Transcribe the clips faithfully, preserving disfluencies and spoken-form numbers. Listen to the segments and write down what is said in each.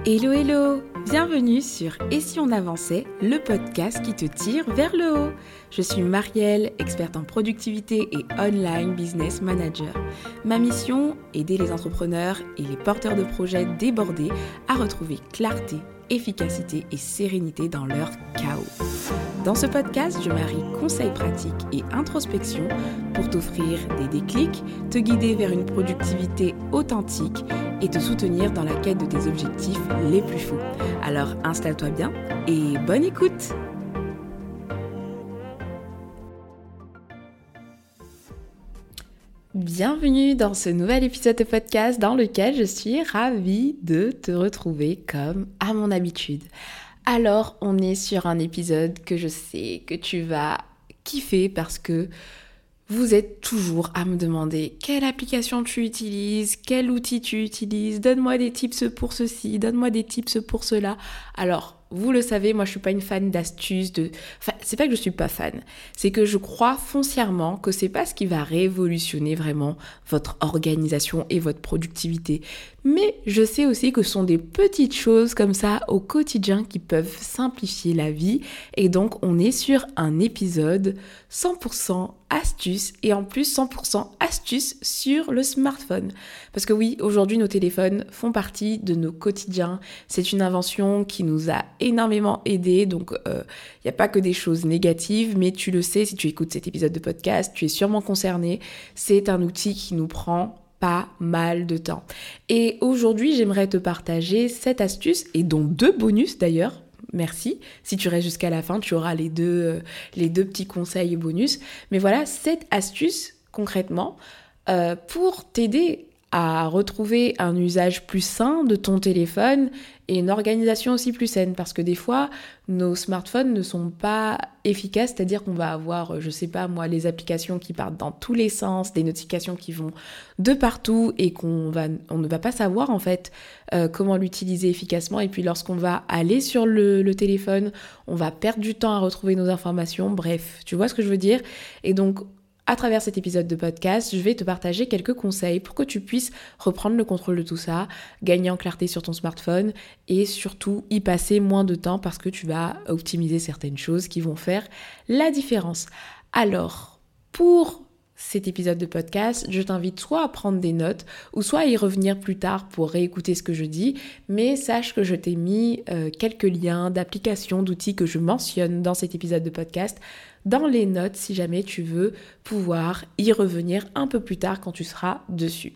Hello hello, bienvenue sur Et si on avançait, le podcast qui te tire vers le haut. Je suis Marielle, experte en productivité et online business manager. Ma mission, aider les entrepreneurs et les porteurs de projets débordés à retrouver clarté, efficacité et sérénité dans leur chaos. Dans ce podcast, je marie conseils pratiques et introspection pour t'offrir des déclics, te guider vers une productivité authentique et te soutenir dans la quête de tes objectifs les plus fous. Alors installe-toi bien et bonne écoute! Bienvenue dans ce nouvel épisode de podcast dans lequel je suis ravie de te retrouver comme à mon habitude. Alors, on est sur un épisode que je sais que tu vas kiffer parce que vous êtes toujours à me demander quelle application tu utilises, quel outil tu utilises, donne-moi des tips pour ceci, donne-moi des tips pour cela. Alors, vous le savez, moi je suis pas une fan d'astuces, de... Enfin, c'est pas que je suis pas fan, c'est que je crois foncièrement que c'est pas ce qui va révolutionner vraiment votre organisation et votre productivité. Mais je sais aussi que ce sont des petites choses comme ça au quotidien qui peuvent simplifier la vie. Et donc on est sur un épisode cent pour cent astuces et en plus cent pour cent astuces sur le smartphone. Parce que oui, aujourd'hui nos téléphones font partie de nos quotidiens. C'est une invention qui nous a énormément aidé, donc il euh, n'y a pas que des choses négatives, mais tu le sais, si tu écoutes cet épisode de podcast, tu es sûrement concerné. C'est un outil qui nous prend pas mal de temps. Et aujourd'hui, j'aimerais te partager cette astuce, et dont deux bonus d'ailleurs. Merci. Si tu restes jusqu'à la fin, tu auras les deux, euh, les deux petits conseils et bonus. Mais voilà, cette astuce, concrètement, euh, pour t'aider à retrouver un usage plus sain de ton téléphone et une organisation aussi plus saine. Parce que des fois, nos smartphones ne sont pas efficaces, c'est-à-dire qu'on va avoir, je sais pas moi, les applications qui partent dans tous les sens, des notifications qui vont de partout et qu'on va, on ne va pas savoir en fait euh, comment l'utiliser efficacement. Et puis lorsqu'on va aller sur le, le téléphone, on va perdre du temps à retrouver nos informations. Bref, tu vois ce que je veux dire? Et donc, à travers cet épisode de podcast, je vais te partager quelques conseils pour que tu puisses reprendre le contrôle de tout ça, gagner en clarté sur ton smartphone et surtout y passer moins de temps parce que tu vas optimiser certaines choses qui vont faire la différence. Alors, pour cet épisode de podcast, je t'invite soit à prendre des notes ou soit à y revenir plus tard pour réécouter ce que je dis, mais sache que je t'ai mis euh, quelques liens d'applications, d'outils que je mentionne dans cet épisode de podcast dans les notes si jamais tu veux pouvoir y revenir un peu plus tard quand tu seras dessus.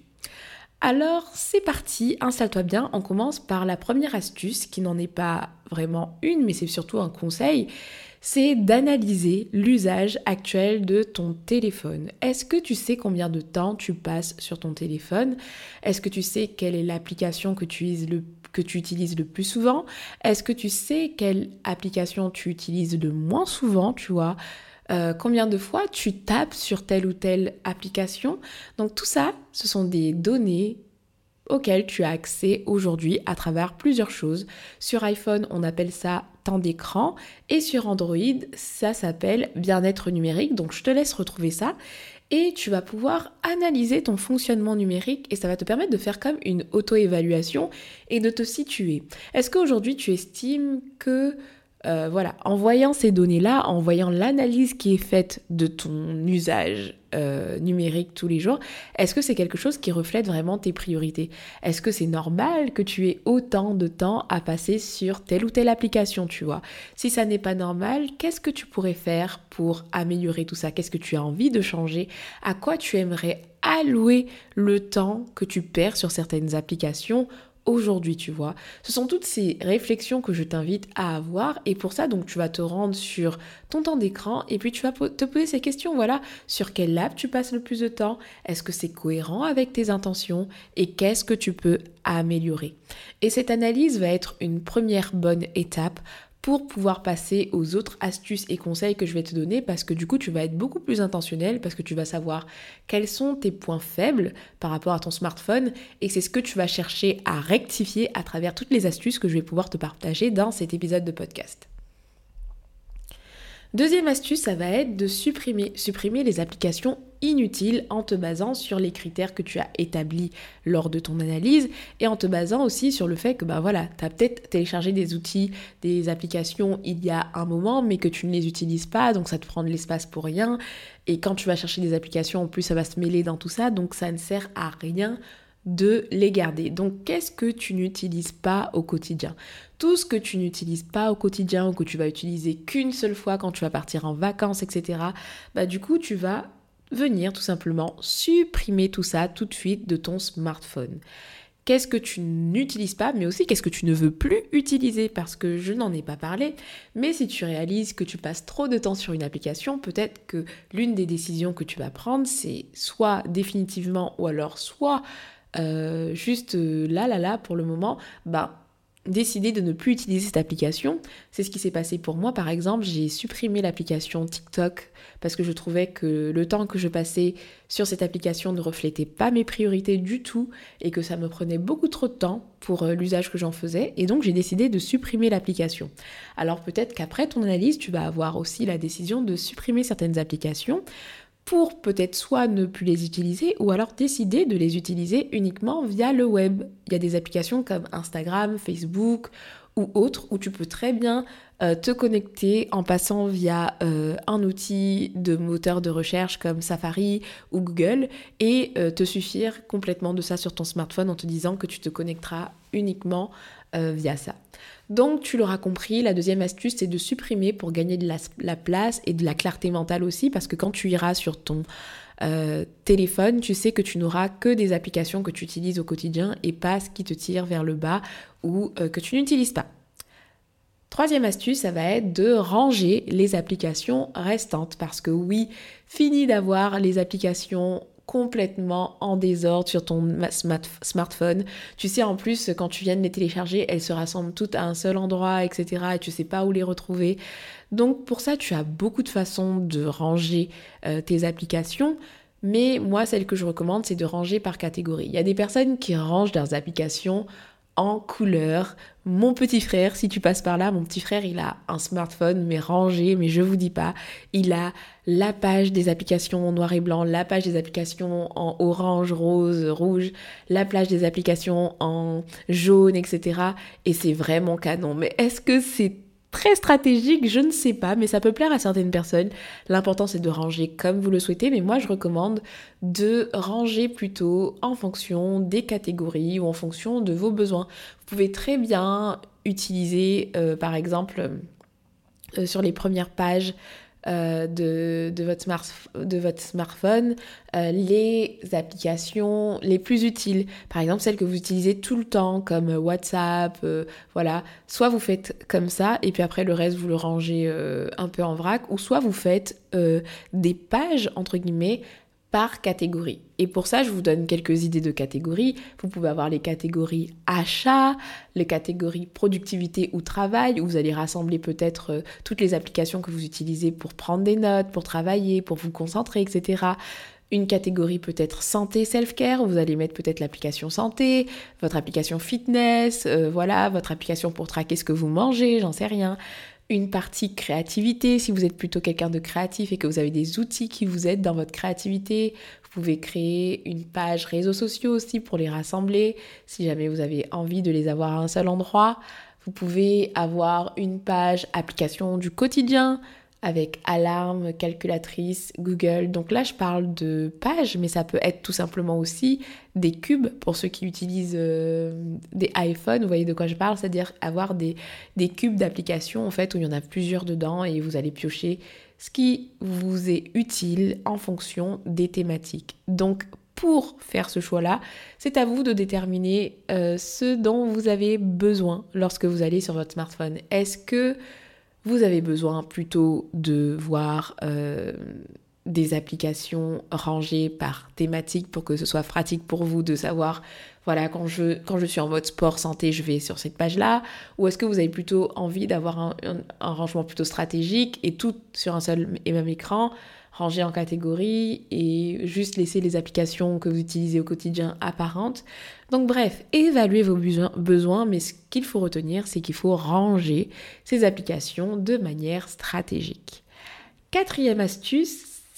Alors c'est parti, installe-toi bien, on commence par la première astuce qui n'en est pas vraiment une mais c'est surtout un conseil, c'est d'analyser l'usage actuel de ton téléphone. Est-ce que tu sais combien de temps tu passes sur ton téléphone? Est-ce que tu sais quelle est l'application que tu utilises le que tu utilises le plus souvent? Est-ce que tu sais quelle application tu utilises le moins souvent, tu vois? Euh, combien de fois tu tapes sur telle ou telle application? Donc tout ça, ce sont des données auxquelles tu as accès aujourd'hui à travers plusieurs choses. Sur iPhone, on appelle ça temps d'écran et sur Android, ça s'appelle bien-être numérique. Donc je te laisse retrouver ça. Et tu vas pouvoir analyser ton fonctionnement numérique et ça va te permettre de faire comme une auto-évaluation et de te situer. Est-ce qu'aujourd'hui tu estimes que, euh, voilà, en voyant ces données-là, en voyant l'analyse qui est faite de ton usage euh, numérique tous les jours, est-ce que c'est quelque chose qui reflète vraiment tes priorités? Est-ce que c'est normal que tu aies autant de temps à passer sur telle ou telle application, tu vois? Si ça n'est pas normal, qu'est-ce que tu pourrais faire pour améliorer tout ça? Qu'est-ce que tu as envie de changer? À quoi tu aimerais allouer le temps que tu perds sur certaines applications aujourd'hui, tu vois? Ce sont toutes ces réflexions que je t'invite à avoir et pour ça, donc tu vas te rendre sur ton temps d'écran et puis tu vas te poser ces questions, voilà, sur quelle app tu passes le plus de temps? Est-ce que c'est cohérent avec tes intentions? Et qu'est-ce que tu peux améliorer? Et cette analyse va être une première bonne étape pour pouvoir passer aux autres astuces et conseils que je vais te donner parce que du coup, tu vas être beaucoup plus intentionnel parce que tu vas savoir quels sont tes points faibles par rapport à ton smartphone et c'est ce que tu vas chercher à rectifier à travers toutes les astuces que je vais pouvoir te partager dans cet épisode de podcast. Deuxième astuce, ça va être de supprimer, supprimer les applications inutiles en te basant sur les critères que tu as établis lors de ton analyse et en te basant aussi sur le fait que bah voilà, tu as peut-être téléchargé des outils, des applications il y a un moment mais que tu ne les utilises pas, donc ça te prend de l'espace pour rien et quand tu vas chercher des applications en plus ça va se mêler dans tout ça, donc ça ne sert à rien de les garder. Donc qu'est-ce que tu n'utilises pas au quotidien ? Tout ce que tu n'utilises pas au quotidien ou que tu vas utiliser qu'une seule fois quand tu vas partir en vacances, et cetera. Bah du coup tu vas venir tout simplement supprimer tout ça tout de suite de ton smartphone. Qu'est-ce que tu n'utilises pas, mais aussi qu'est-ce que tu ne veux plus utiliser, parce que je n'en ai pas parlé, mais si tu réalises que tu passes trop de temps sur une application, peut-être que l'une des décisions que tu vas prendre, c'est soit définitivement ou alors soit euh, juste euh, là, là, là, pour le moment, bah décider de ne plus utiliser cette application. C'est ce qui s'est passé pour moi par exemple, j'ai supprimé l'application TikTok parce que je trouvais que le temps que je passais sur cette application ne reflétait pas mes priorités du tout et que ça me prenait beaucoup trop de temps pour l'usage que j'en faisais et donc j'ai décidé de supprimer l'application. Alors peut-être qu'après ton analyse, tu vas avoir aussi la décision de supprimer certaines applications pour peut-être soit ne plus les utiliser ou alors décider de les utiliser uniquement via le web. Il y a des applications comme Instagram, Facebook ou autres où tu peux très bien euh, te connecter en passant via euh, un outil de moteur de recherche comme Safari ou Google et euh, te suffire complètement de ça sur ton smartphone en te disant que tu te connecteras uniquement euh, via ça. Donc tu l'auras compris, la deuxième astuce c'est de supprimer pour gagner de la, la place et de la clarté mentale aussi parce que quand tu iras sur ton euh, téléphone, tu sais que tu n'auras que des applications que tu utilises au quotidien et pas ce qui te tire vers le bas ou euh, que tu n'utilises pas. Troisième astuce, ça va être de ranger les applications restantes parce que oui, fini d'avoir les applications complètement en désordre sur ton smart- smartphone. Tu sais, en plus, quand tu viens de les télécharger, elles se rassemblent toutes à un seul endroit, et cetera. Et tu sais pas où les retrouver. Donc pour ça, tu as beaucoup de façons de ranger euh, tes applications. Mais moi, celle que je recommande, c'est de ranger par catégorie. Il y a des personnes qui rangent leurs applications en couleur. Mon petit frère, si tu passes par là, mon petit frère, il a un smartphone, mais rangé, mais je vous dis pas, il a la page des applications en noir et blanc, la page des applications en orange, rose, rouge, la page des applications en jaune, et cetera. Et c'est vraiment canon. Mais est-ce que c'est très stratégique, je ne sais pas, mais ça peut plaire à certaines personnes. L'important, c'est de ranger comme vous le souhaitez, mais moi, je recommande de ranger plutôt en fonction des catégories ou en fonction de vos besoins. Vous pouvez très bien utiliser, euh, par exemple, euh, sur les premières pages Euh, de, de, votre smart, de votre smartphone euh, les applications les plus utiles. Par exemple, celles que vous utilisez tout le temps, comme WhatsApp, euh, voilà. Soit vous faites comme ça, et puis après le reste, vous le rangez euh, un peu en vrac, ou soit vous faites euh, des pages, entre guillemets, par catégorie. Et pour ça, je vous donne quelques idées de catégories. Vous pouvez avoir les catégories achat, les catégories productivité ou travail, où vous allez rassembler peut-être euh, toutes les applications que vous utilisez pour prendre des notes, pour travailler, pour vous concentrer, et cetera. Une catégorie peut-être santé, self-care, où vous allez mettre peut-être l'application santé, votre application fitness, euh, voilà, votre application pour traquer ce que vous mangez, j'en sais rien. Une partie créativité, si vous êtes plutôt quelqu'un de créatif et que vous avez des outils qui vous aident dans votre créativité. Vous pouvez créer une page réseaux sociaux aussi pour les rassembler, si jamais vous avez envie de les avoir à un seul endroit. Vous pouvez avoir une page application du quotidien, avec alarme, calculatrice, Google. Donc là, je parle de pages, mais ça peut être tout simplement aussi des cubes pour ceux qui utilisent euh, des iPhones. Vous voyez de quoi je parle, c'est-à-dire avoir des, des cubes d'applications en fait où il y en a plusieurs dedans et vous allez piocher ce qui vous est utile en fonction des thématiques. Donc pour faire ce choix-là, c'est à vous de déterminer euh, ce dont vous avez besoin lorsque vous allez sur votre smartphone. Est-ce que vous avez besoin plutôt de voir euh, des applications rangées par thématique pour que ce soit pratique pour vous de savoir, voilà, quand je, quand je suis en mode sport, santé, je vais sur cette page-là? Ou est-ce que vous avez plutôt envie d'avoir un, un, un rangement plutôt stratégique et tout sur un seul et même écran, rangé en catégories et juste laisser les applications que vous utilisez au quotidien apparentes? Donc bref, évaluez vos besoins, mais ce qu'il faut retenir, c'est qu'il faut ranger ces applications de manière stratégique. Quatrième astuce,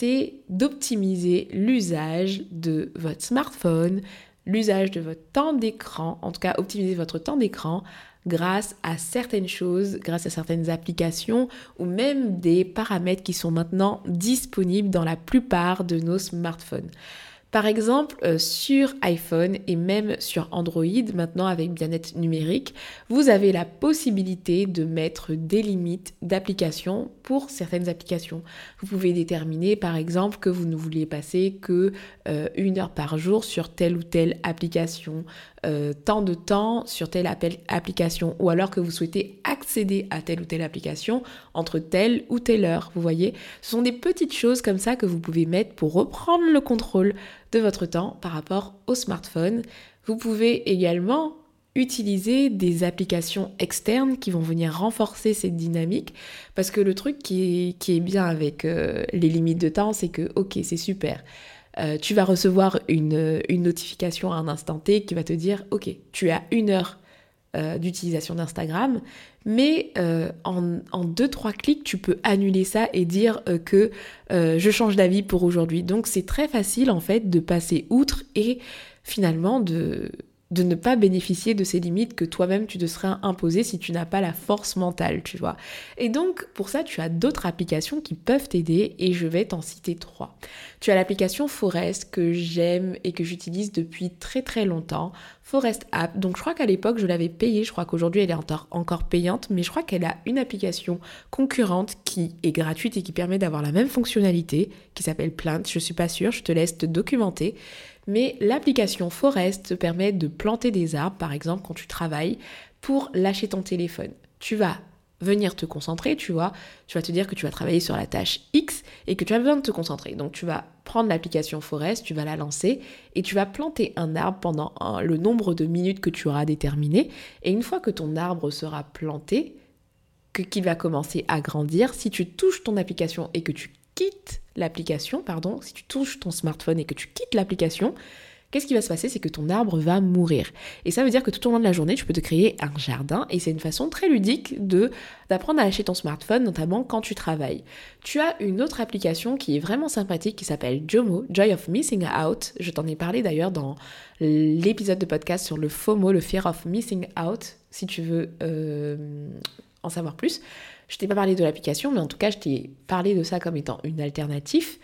c'est d'optimiser l'usage de votre smartphone, l'usage de votre temps d'écran, en tout cas optimiser votre temps d'écran grâce à certaines choses, grâce à certaines applications ou même des paramètres qui sont maintenant disponibles dans la plupart de nos smartphones. Par exemple, euh, sur iPhone et même sur Android, maintenant avec Bien-être numérique, vous avez la possibilité de mettre des limites d'application pour certaines applications. Vous pouvez déterminer par exemple que vous ne vouliez passer que euh, une heure par jour sur telle ou telle application, euh, tant de temps sur telle appel- application, ou alors que vous souhaitez accéder à telle ou telle application entre telle ou telle heure. Vous voyez, ce sont des petites choses comme ça que vous pouvez mettre pour reprendre le contrôle de votre temps par rapport au smartphone. Vous pouvez également utiliser des applications externes qui vont venir renforcer cette dynamique, parce que le truc qui est, qui est bien avec euh, les limites de temps, c'est que ok, c'est super. Euh, tu vas recevoir une, une notification à un instant T qui va te dire ok, tu as une heure euh, d'utilisation d'Instagram, mais euh, en, en deux trois clics, tu peux annuler ça et dire euh, que euh, je change d'avis pour aujourd'hui. Donc c'est très facile en fait de passer outre et finalement de, de ne pas bénéficier de ces limites que toi-même tu te serais imposé si tu n'as pas la force mentale, tu vois. Et donc pour ça, tu as d'autres applications qui peuvent t'aider et je vais t'en citer trois. Tu as l'application Forest que j'aime et que j'utilise depuis très très longtemps. Forest App, donc je crois qu'à l'époque je l'avais payée, je crois qu'aujourd'hui elle est encore payante, mais je crois qu'elle a une application concurrente qui est gratuite et qui permet d'avoir la même fonctionnalité, qui s'appelle Plant, je suis pas sûre, je te laisse te documenter, mais l'application Forest te permet de planter des arbres, par exemple quand tu travailles, pour lâcher ton téléphone. Tu vas venir te concentrer, tu vois, tu vas te dire que tu vas travailler sur la tâche X et que tu as besoin de te concentrer. Donc tu vas prendre l'application Forest, tu vas la lancer et tu vas planter un arbre pendant un, le nombre de minutes que tu auras déterminé. Et une fois que ton arbre sera planté, que, qu'il va commencer à grandir, si tu touches ton application et que tu quittes l'application, pardon, si tu touches ton smartphone et que tu quittes l'application, qu'est-ce qui va se passer? C'est que ton arbre va mourir. Et ça veut dire que tout au long de la journée, tu peux te créer un jardin et c'est une façon très ludique de, d'apprendre à lâcher ton smartphone, notamment quand tu travailles. Tu as une autre application qui est vraiment sympathique qui s'appelle Jomo, Joy of Missing Out. Je t'en ai parlé d'ailleurs dans l'épisode de podcast sur le FOMO, le Fear of Missing Out, si tu veux euh, en savoir plus. Je t'ai pas parlé de l'application, mais en tout cas, je t'ai parlé de ça comme étant une alternative.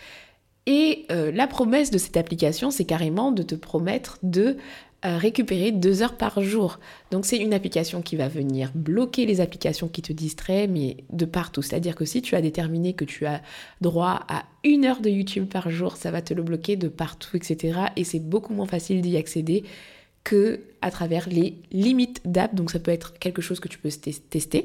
Et euh, la promesse de cette application, c'est carrément de te promettre de euh, récupérer deux heures par jour. Donc c'est une application qui va venir bloquer les applications qui te distraient, mais de partout. C'est-à-dire que si tu as déterminé que tu as droit à une heure de YouTube par jour, ça va te le bloquer de partout, et cetera. Et c'est beaucoup moins facile d'y accéder que à travers les limites d'app. Donc ça peut être quelque chose que tu peux tester.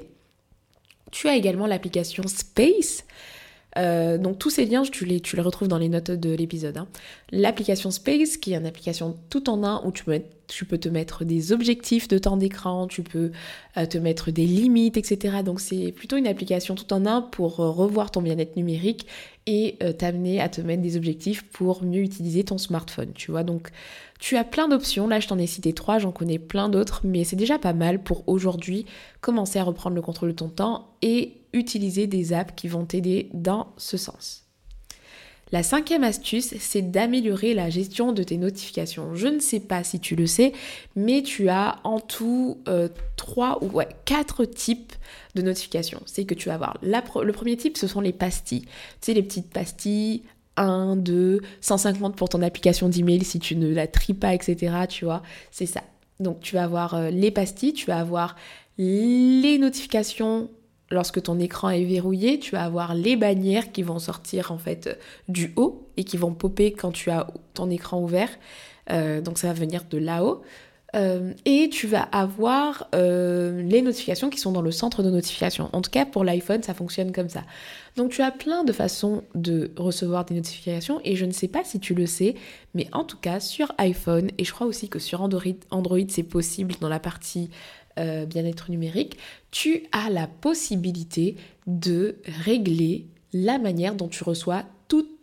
Tu as également l'application Space. Euh, donc tous ces liens, tu les, tu les retrouves dans les notes de l'épisode. Hein. L'application Space, qui est une application tout en un où tu peux, mettre, tu peux te mettre des objectifs de temps d'écran, tu peux euh, te mettre des limites, et cetera. Donc c'est plutôt une application tout en un pour euh, revoir ton bien-être numérique et euh, t'amener à te mettre des objectifs pour mieux utiliser ton smartphone. Tu vois, donc tu as plein d'options. Là, je t'en ai cité trois, j'en connais plein d'autres, mais c'est déjà pas mal pour aujourd'hui commencer à reprendre le contrôle de ton temps et utiliser des apps qui vont t'aider dans ce sens. La cinquième astuce, c'est d'améliorer la gestion de tes notifications. Je ne sais pas si tu le sais, mais tu as en tout euh, trois ou ouais, quatre types de notifications. C'est que tu vas avoir la, le premier type, ce sont les pastilles. Tu sais, les petites pastilles, un, deux, cent cinquante pour ton application d'email si tu ne la tries pas, et cetera. Tu vois, c'est ça. Donc tu vas avoir euh, les pastilles, tu vas avoir les notifications. Lorsque ton écran est verrouillé, tu vas avoir les bannières qui vont sortir en fait du haut et qui vont popper quand tu as ton écran ouvert. Euh, donc ça va venir de là-haut. Euh, et tu vas avoir euh, les notifications qui sont dans le centre de notification. En tout cas, pour l'iPhone, ça fonctionne comme ça. Donc tu as plein de façons de recevoir des notifications et je ne sais pas si tu le sais, mais en tout cas, sur iPhone, et je crois aussi que sur Android, Android c'est possible dans la partie Euh, bien-être numérique, tu as la possibilité de régler la manière dont tu reçois toutes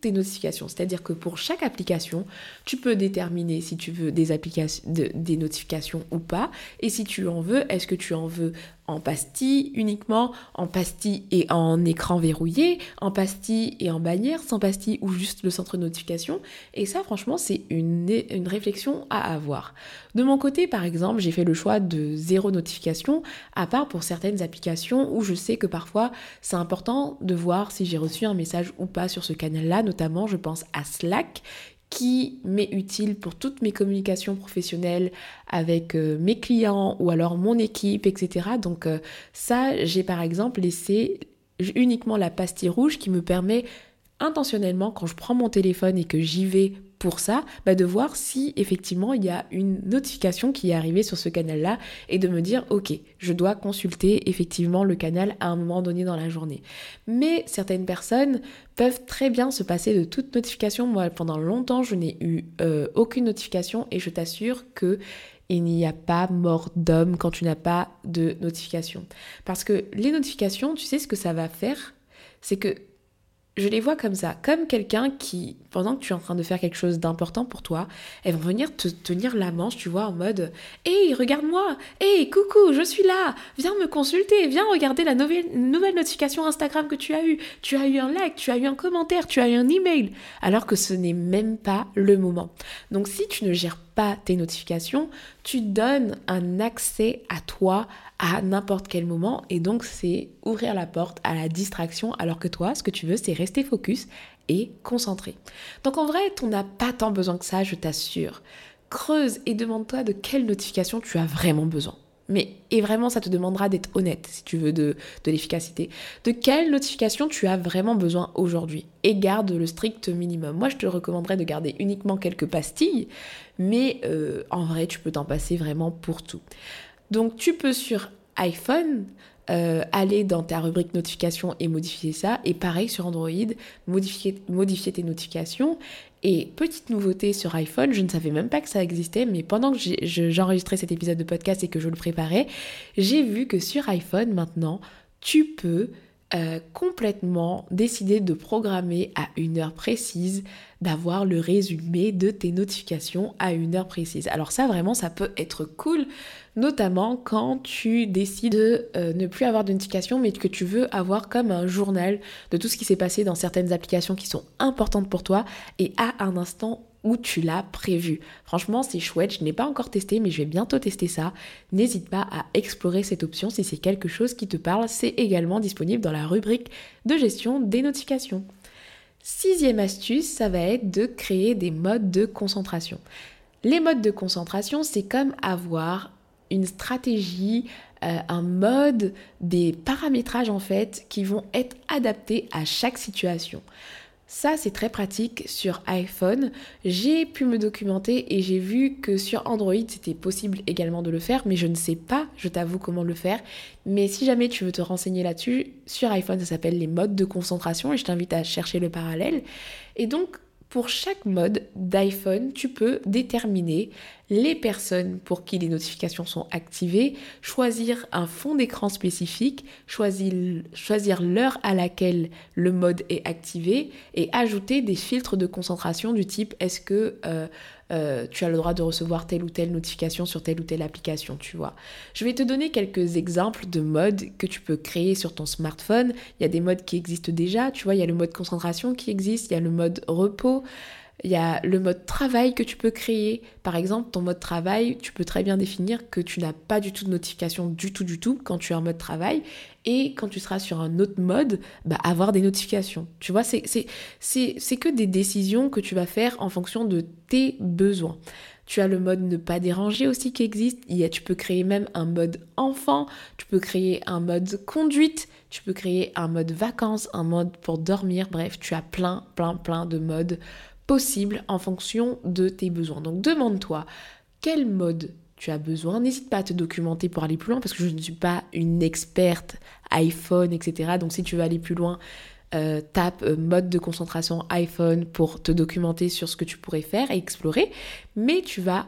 tes notifications. C'est-à-dire que pour chaque application, tu peux déterminer si tu veux des, applications, de, des notifications ou pas. Et si tu en veux, est-ce que tu en veux en pastille uniquement, en pastille et en écran verrouillé, en pastille et en bannière, sans pastille ou juste le centre de notification. Et ça, franchement, c'est une, une réflexion à avoir. De mon côté, par exemple, j'ai fait le choix de zéro notification, à part pour certaines applications où je sais que parfois, c'est important de voir si j'ai reçu un message ou pas sur ce canal-là. Notamment, je pense à Slack, qui m'est utile pour toutes mes communications professionnelles avec euh, mes clients ou alors mon équipe, et cetera. Donc euh, ça, j'ai par exemple laissé uniquement la pastille rouge qui me permet intentionnellement, quand je prends mon téléphone et que j'y vais pour ça, bah de voir si effectivement il y a une notification qui est arrivée sur ce canal-là et de me dire ok, je dois consulter effectivement le canal à un moment donné dans la journée. Mais certaines personnes peuvent très bien se passer de toute notification. Moi, pendant longtemps, je n'ai eu euh, aucune notification et je t'assure que il n'y a pas mort d'homme quand tu n'as pas de notification. Parce que les notifications, tu sais ce que ça va faire, c'est que je les vois comme ça, comme quelqu'un qui, pendant que tu es en train de faire quelque chose d'important pour toi, elles vont venir te tenir la manche, tu vois, en mode « Hey, regarde-moi! Hey, coucou, je suis là! Viens me consulter! Viens regarder la nouvelle, nouvelle notification Instagram que tu as eue! Tu as eu un like, tu as eu un commentaire, tu as eu un email! » Alors que ce n'est même pas le moment. Donc si tu ne gères pas tes notifications, tu donnes un accès à toi à n'importe quel moment et donc c'est ouvrir la porte à la distraction alors que toi, ce que tu veux, c'est rester focus et concentré. Donc en vrai, tu n'as pas tant besoin que ça, je t'assure. Creuse et demande-toi de quelle notification tu as vraiment besoin. Mais, et vraiment, ça te demandera d'être honnête si tu veux de, de l'efficacité. De quelle notification tu as vraiment besoin aujourd'hui et garde le strict minimum. Moi, je te recommanderais de garder uniquement quelques pastilles, mais euh, en vrai, tu peux t'en passer vraiment pour tout. Donc, tu peux sur iPhone euh, aller dans ta rubrique notifications et modifier ça. Et pareil sur Android, modifier, modifier tes notifications. Et petite nouveauté sur iPhone, je ne savais même pas que ça existait, mais pendant que j'ai, je, j'enregistrais cet épisode de podcast et que je le préparais, j'ai vu que sur iPhone maintenant, tu peux euh, complètement décider de programmer à une heure précise, d'avoir le résumé de tes notifications à une heure précise. Alors ça, vraiment, ça peut être cool, notamment quand tu décides de euh, ne plus avoir de notifications, mais que tu veux avoir comme un journal de tout ce qui s'est passé dans certaines applications qui sont importantes pour toi et à un instant où tu l'as prévu. Franchement, c'est chouette, je n'ai pas encore testé, mais je vais bientôt tester ça. N'hésite pas à explorer cette option si c'est quelque chose qui te parle. C'est également disponible dans la rubrique de gestion des notifications. Sixième astuce, ça va être de créer des modes de concentration. Les modes de concentration, c'est comme avoir une stratégie, euh, un mode, des paramétrages en fait qui vont être adaptés à chaque situation. Ça, c'est très pratique sur iPhone. J'ai pu me documenter et j'ai vu que sur Android, c'était possible également de le faire, mais je ne sais pas, je t'avoue, comment le faire. Mais si jamais tu veux te renseigner là-dessus, sur iPhone, ça s'appelle les modes de concentration et je t'invite à chercher le parallèle. Et donc, pour chaque mode d'iPhone, tu peux déterminer les personnes pour qui les notifications sont activées, choisir un fond d'écran spécifique, choisir, choisir l'heure à laquelle le mode est activé et ajouter des filtres de concentration du type est-ce que euh, euh, tu as le droit de recevoir telle ou telle notification sur telle ou telle application, tu vois. Je vais te donner quelques exemples de modes que tu peux créer sur ton smartphone. Il y a des modes qui existent déjà, tu vois, il y a le mode concentration qui existe, il y a le mode repos. Il y a le mode travail que tu peux créer. Par exemple, ton mode travail, tu peux très bien définir que tu n'as pas du tout de notification du tout, du tout quand tu es en mode travail. Et quand tu seras sur un autre mode, bah, avoir des notifications. Tu vois, c'est, c'est, c'est, c'est que des décisions que tu vas faire en fonction de tes besoins. Tu as le mode ne pas déranger aussi qui existe. Il y a, tu peux créer même un mode enfant. Tu peux créer un mode conduite. Tu peux créer un mode vacances, un mode pour dormir. Bref, tu as plein, plein, plein de modes possible en fonction de tes besoins. Donc demande-toi quel mode tu as besoin. N'hésite pas à te documenter pour aller plus loin parce que je ne suis pas une experte iPhone, et cetera. Donc si tu veux aller plus loin, euh, tape euh, mode de concentration iPhone pour te documenter sur ce que tu pourrais faire et explorer. Mais tu vas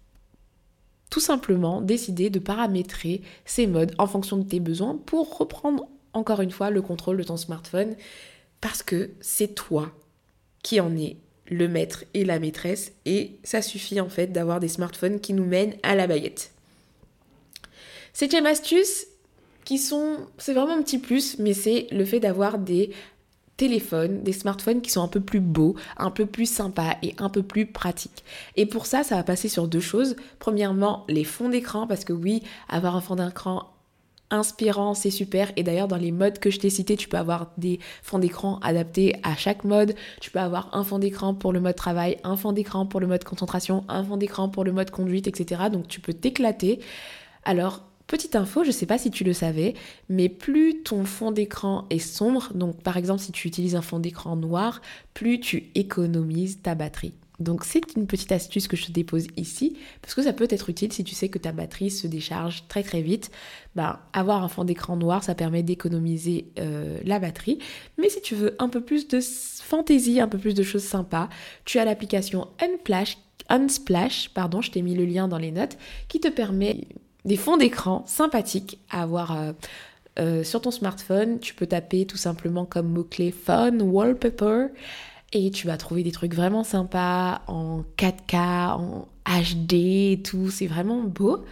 tout simplement décider de paramétrer ces modes en fonction de tes besoins pour reprendre encore une fois le contrôle de ton smartphone parce que c'est toi qui en est le maître et la maîtresse, et ça suffit en fait d'avoir des smartphones qui nous mènent à la baguette. Septième astuce, qui sont, c'est vraiment un petit plus, mais c'est le fait d'avoir des téléphones, des smartphones qui sont un peu plus beaux, un peu plus sympas et un peu plus pratiques. Et pour ça, ça va passer sur deux choses. Premièrement, les fonds d'écran, parce que oui, avoir un fond d'écran inspirant, c'est super. Et d'ailleurs, dans les modes que je t'ai cités, tu peux avoir des fonds d'écran adaptés à chaque mode. Tu peux avoir un fond d'écran pour le mode travail, un fond d'écran pour le mode concentration, un fond d'écran pour le mode conduite, et cetera. Donc tu peux t'éclater. Alors, petite info, je ne sais pas si tu le savais, mais plus ton fond d'écran est sombre, donc par exemple si tu utilises un fond d'écran noir, plus tu économises ta batterie. Donc c'est une petite astuce que je te dépose ici, parce que ça peut être utile si tu sais que ta batterie se décharge très très vite. Ben, avoir un fond d'écran noir, ça permet d'économiser euh, la batterie. Mais si tu veux un peu plus de fantaisie, un peu plus de choses sympas, tu as l'application Unsplash, Unsplash, pardon, je t'ai mis le lien dans les notes, qui te permet des fonds d'écran sympathiques à avoir euh, euh, sur ton smartphone. Tu peux taper tout simplement comme mot-clé Fun Wallpaper et tu vas trouver des trucs vraiment sympas en quatre K, en H D et tout. C'est vraiment beau.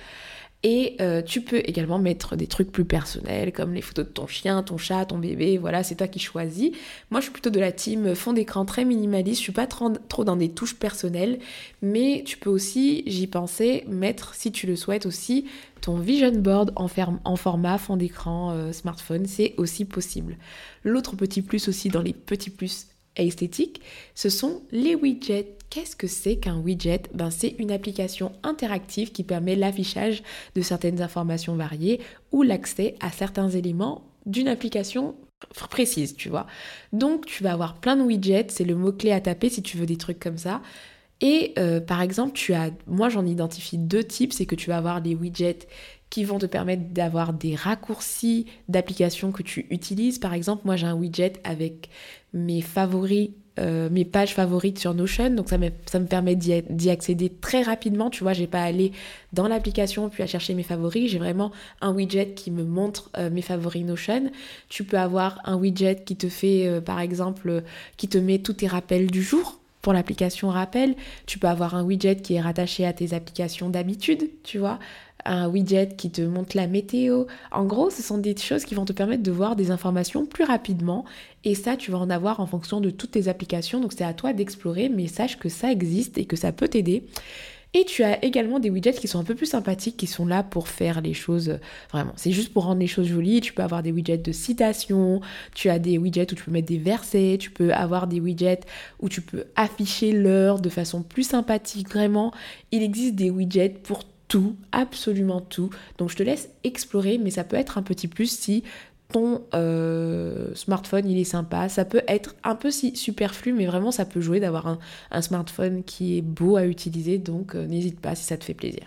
Et euh, tu peux également mettre des trucs plus personnels comme les photos de ton chien, ton chat, ton bébé, voilà, c'est toi qui choisis. Moi, je suis plutôt de la team fond d'écran très minimaliste, je suis pas trop, trop dans des touches personnelles, mais tu peux aussi, j'y pensais, mettre, si tu le souhaites aussi, ton vision board en, ferme, en format fond d'écran euh, smartphone, c'est aussi possible. L'autre petit plus aussi dans les petits plus esthétiques, ce sont les widgets. Qu'est-ce que c'est qu'un widget ? Ben, c'est une application interactive qui permet l'affichage de certaines informations variées ou l'accès à certains éléments d'une application précise, tu vois. Donc, tu vas avoir plein de widgets, c'est le mot-clé à taper si tu veux des trucs comme ça. Et euh, par exemple, tu as, moi j'en identifie deux types, c'est que tu vas avoir des widgets qui vont te permettre d'avoir des raccourcis d'applications que tu utilises. Par exemple, moi j'ai un widget avec mes favoris, euh, mes pages favorites sur Notion, donc ça me, ça me permet d'y, d'y accéder très rapidement. Tu vois, j'ai pas à aller dans l'application puis à chercher mes favoris. J'ai vraiment un widget qui me montre euh, mes favoris Notion. Tu peux avoir un widget qui te fait, euh, par exemple, euh, qui te met tous tes rappels du jour. Pour l'application rappel, tu peux avoir un widget qui est rattaché à tes applications d'habitude, tu vois, un widget qui te montre la météo. En gros, ce sont des choses qui vont te permettre de voir des informations plus rapidement et ça, tu vas en avoir en fonction de toutes tes applications. Donc, c'est à toi d'explorer, mais sache que ça existe et que ça peut t'aider. Et tu as également des widgets qui sont un peu plus sympathiques, qui sont là pour faire les choses, euh, vraiment, c'est juste pour rendre les choses jolies. Tu peux avoir des widgets de citations, tu as des widgets où tu peux mettre des versets, tu peux avoir des widgets où tu peux afficher l'heure de façon plus sympathique, vraiment. Il existe des widgets pour tout, absolument tout. Donc je te laisse explorer, mais ça peut être un petit plus si ton euh, smartphone il est sympa. Ça peut être un peu si superflu, mais vraiment ça peut jouer d'avoir un, un smartphone qui est beau à utiliser, donc euh, n'hésite pas si ça te fait plaisir.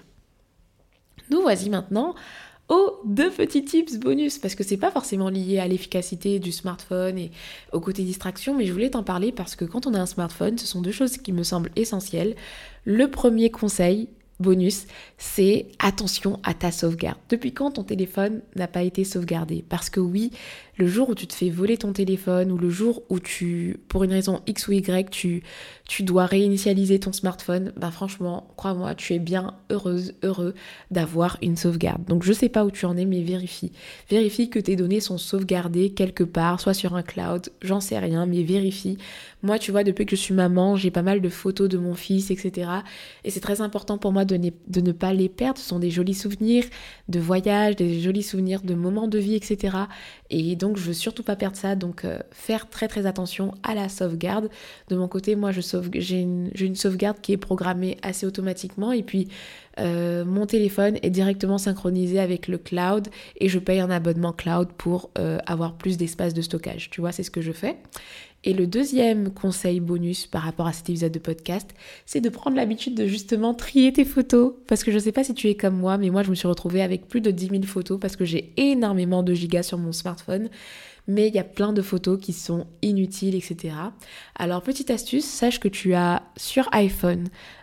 Nous voici maintenant aux deux petits tips bonus, parce que c'est pas forcément lié à l'efficacité du smartphone et au côté distraction, mais je voulais t'en parler parce que quand on a un smartphone, ce sont deux choses qui me semblent essentielles. Le premier conseil bonus, c'est attention à ta sauvegarde. Depuis quand ton téléphone n'a pas été sauvegardé ? Parce que oui, le jour où tu te fais voler ton téléphone ou le jour où tu, pour une raison X ou Y, tu, tu dois réinitialiser ton smartphone, ben franchement, crois-moi, tu es bien heureuse, heureux d'avoir une sauvegarde. Donc je sais pas où tu en es, mais vérifie. Vérifie que tes données sont sauvegardées quelque part, soit sur un cloud, j'en sais rien, mais vérifie. Moi, tu vois, depuis que je suis maman, j'ai pas mal de photos de mon fils, et cetera. Et c'est très important pour moi de ne, de ne pas les perdre. Ce sont des jolis souvenirs de voyage, des jolis souvenirs de moments de vie, et cetera. Et donc, je veux surtout pas perdre ça. Donc, euh, faire très très attention à la sauvegarde. De mon côté, moi, je sauve, j'ai, une, j'ai une sauvegarde qui est programmée assez automatiquement. Et puis, euh, mon téléphone est directement synchronisé avec le cloud. Et je paye un abonnement cloud pour euh, avoir plus d'espace de stockage. Tu vois, c'est ce que je fais. Et le deuxième conseil bonus par rapport à cet épisode de podcast, c'est de prendre l'habitude de justement trier tes photos. Parce que je ne sais pas si tu es comme moi, mais moi je me suis retrouvée avec plus de dix mille photos parce que j'ai énormément de gigas sur mon smartphone. Mais il y a plein de photos qui sont inutiles, et cetera. Alors petite astuce, sache que tu as sur iPhone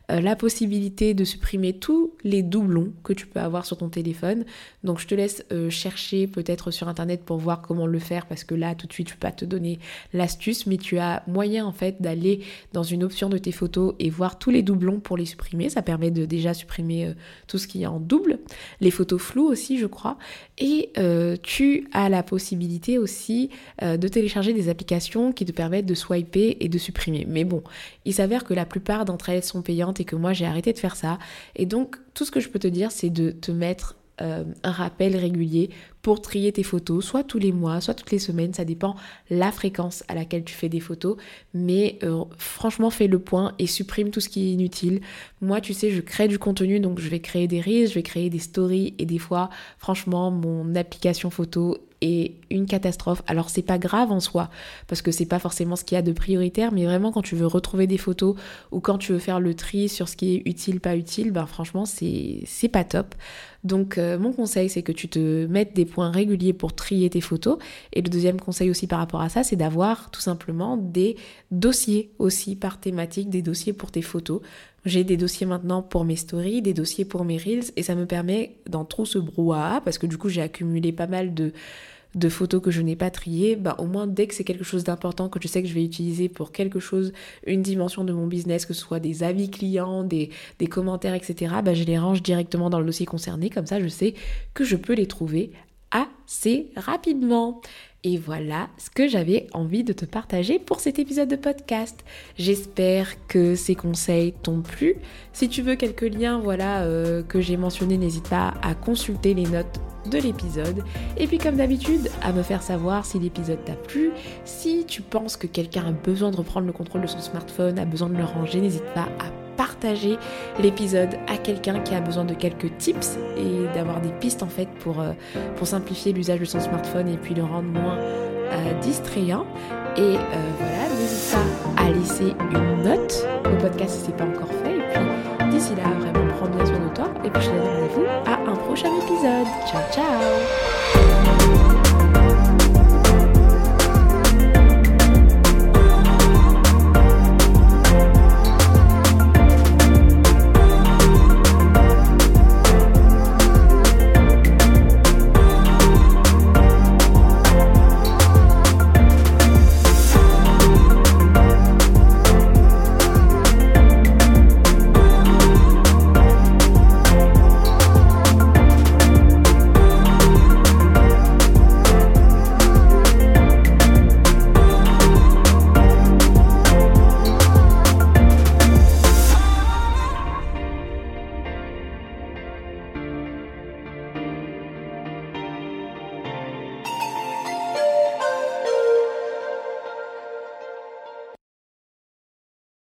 euh, la possibilité de supprimer tous les doublons que tu peux avoir sur ton téléphone. Donc je te laisse euh, chercher peut-être sur internet pour voir comment le faire, parce que là tout de suite je peux pas te donner l'astuce, mais tu as moyen en fait d'aller dans une option de tes photos et voir tous les doublons pour les supprimer. Ça permet de déjà supprimer euh, tout ce qui est en double, les photos floues aussi je crois, et euh, tu as la possibilité aussi euh, de télécharger des applications qui te permettent de swiper et de supprimer. Mais bon, il s'avère que la plupart d'entre elles sont payantes et que moi j'ai arrêté de faire ça, et donc tout ce que je peux te dire c'est de te mettre Euh, un rappel régulier pour trier tes photos, soit tous les mois, soit toutes les semaines, ça dépend la fréquence à laquelle tu fais des photos, mais euh, franchement fais le point et supprime tout ce qui est inutile. Moi tu sais, je crée du contenu, donc je vais créer des reels, je vais créer des stories, et des fois franchement mon application photo est une catastrophe. Alors c'est pas grave en soi, parce que c'est pas forcément ce qu'il y a de prioritaire, mais vraiment quand tu veux retrouver des photos ou quand tu veux faire le tri sur ce qui est utile, pas utile, ben franchement c'est, c'est pas top. Donc euh, mon conseil c'est que tu te mettes des points réguliers pour trier tes photos, et le deuxième conseil aussi par rapport à ça, c'est d'avoir tout simplement des dossiers aussi par thématique, des dossiers pour tes photos. J'ai des dossiers maintenant pour mes stories, des dossiers pour mes reels, et ça me permet dans tout ce brouhaha, parce que du coup j'ai accumulé pas mal de de photos que je n'ai pas triées, bah au moins dès que c'est quelque chose d'important que je sais que je vais utiliser pour quelque chose, une dimension de mon business, que ce soit des avis clients, des, des commentaires, et cetera, bah je les range directement dans le dossier concerné, comme ça je sais que je peux les trouver assez rapidement. Et voilà ce que j'avais envie de te partager pour cet épisode de podcast. J'espère que ces conseils t'ont plu. Si tu veux quelques liens, voilà, euh, que j'ai mentionnés, n'hésite pas à consulter les notes de l'épisode. Et puis comme d'habitude, à me faire savoir si l'épisode t'a plu. Si tu penses que quelqu'un a besoin de reprendre le contrôle de son smartphone, a besoin de le ranger, n'hésite pas à partager l'épisode à quelqu'un qui a besoin de quelques tips et d'avoir des pistes en fait pour, euh, pour simplifier l'usage de son smartphone et puis le rendre moins euh, distrayant. Et euh, voilà, n'hésite pas à laisser une note au podcast si c'est pas encore fait. Et puis d'ici là, vraiment prends bien soin de toi. Et puis je te donne rendez-vous à un prochain épisode. Ciao ciao.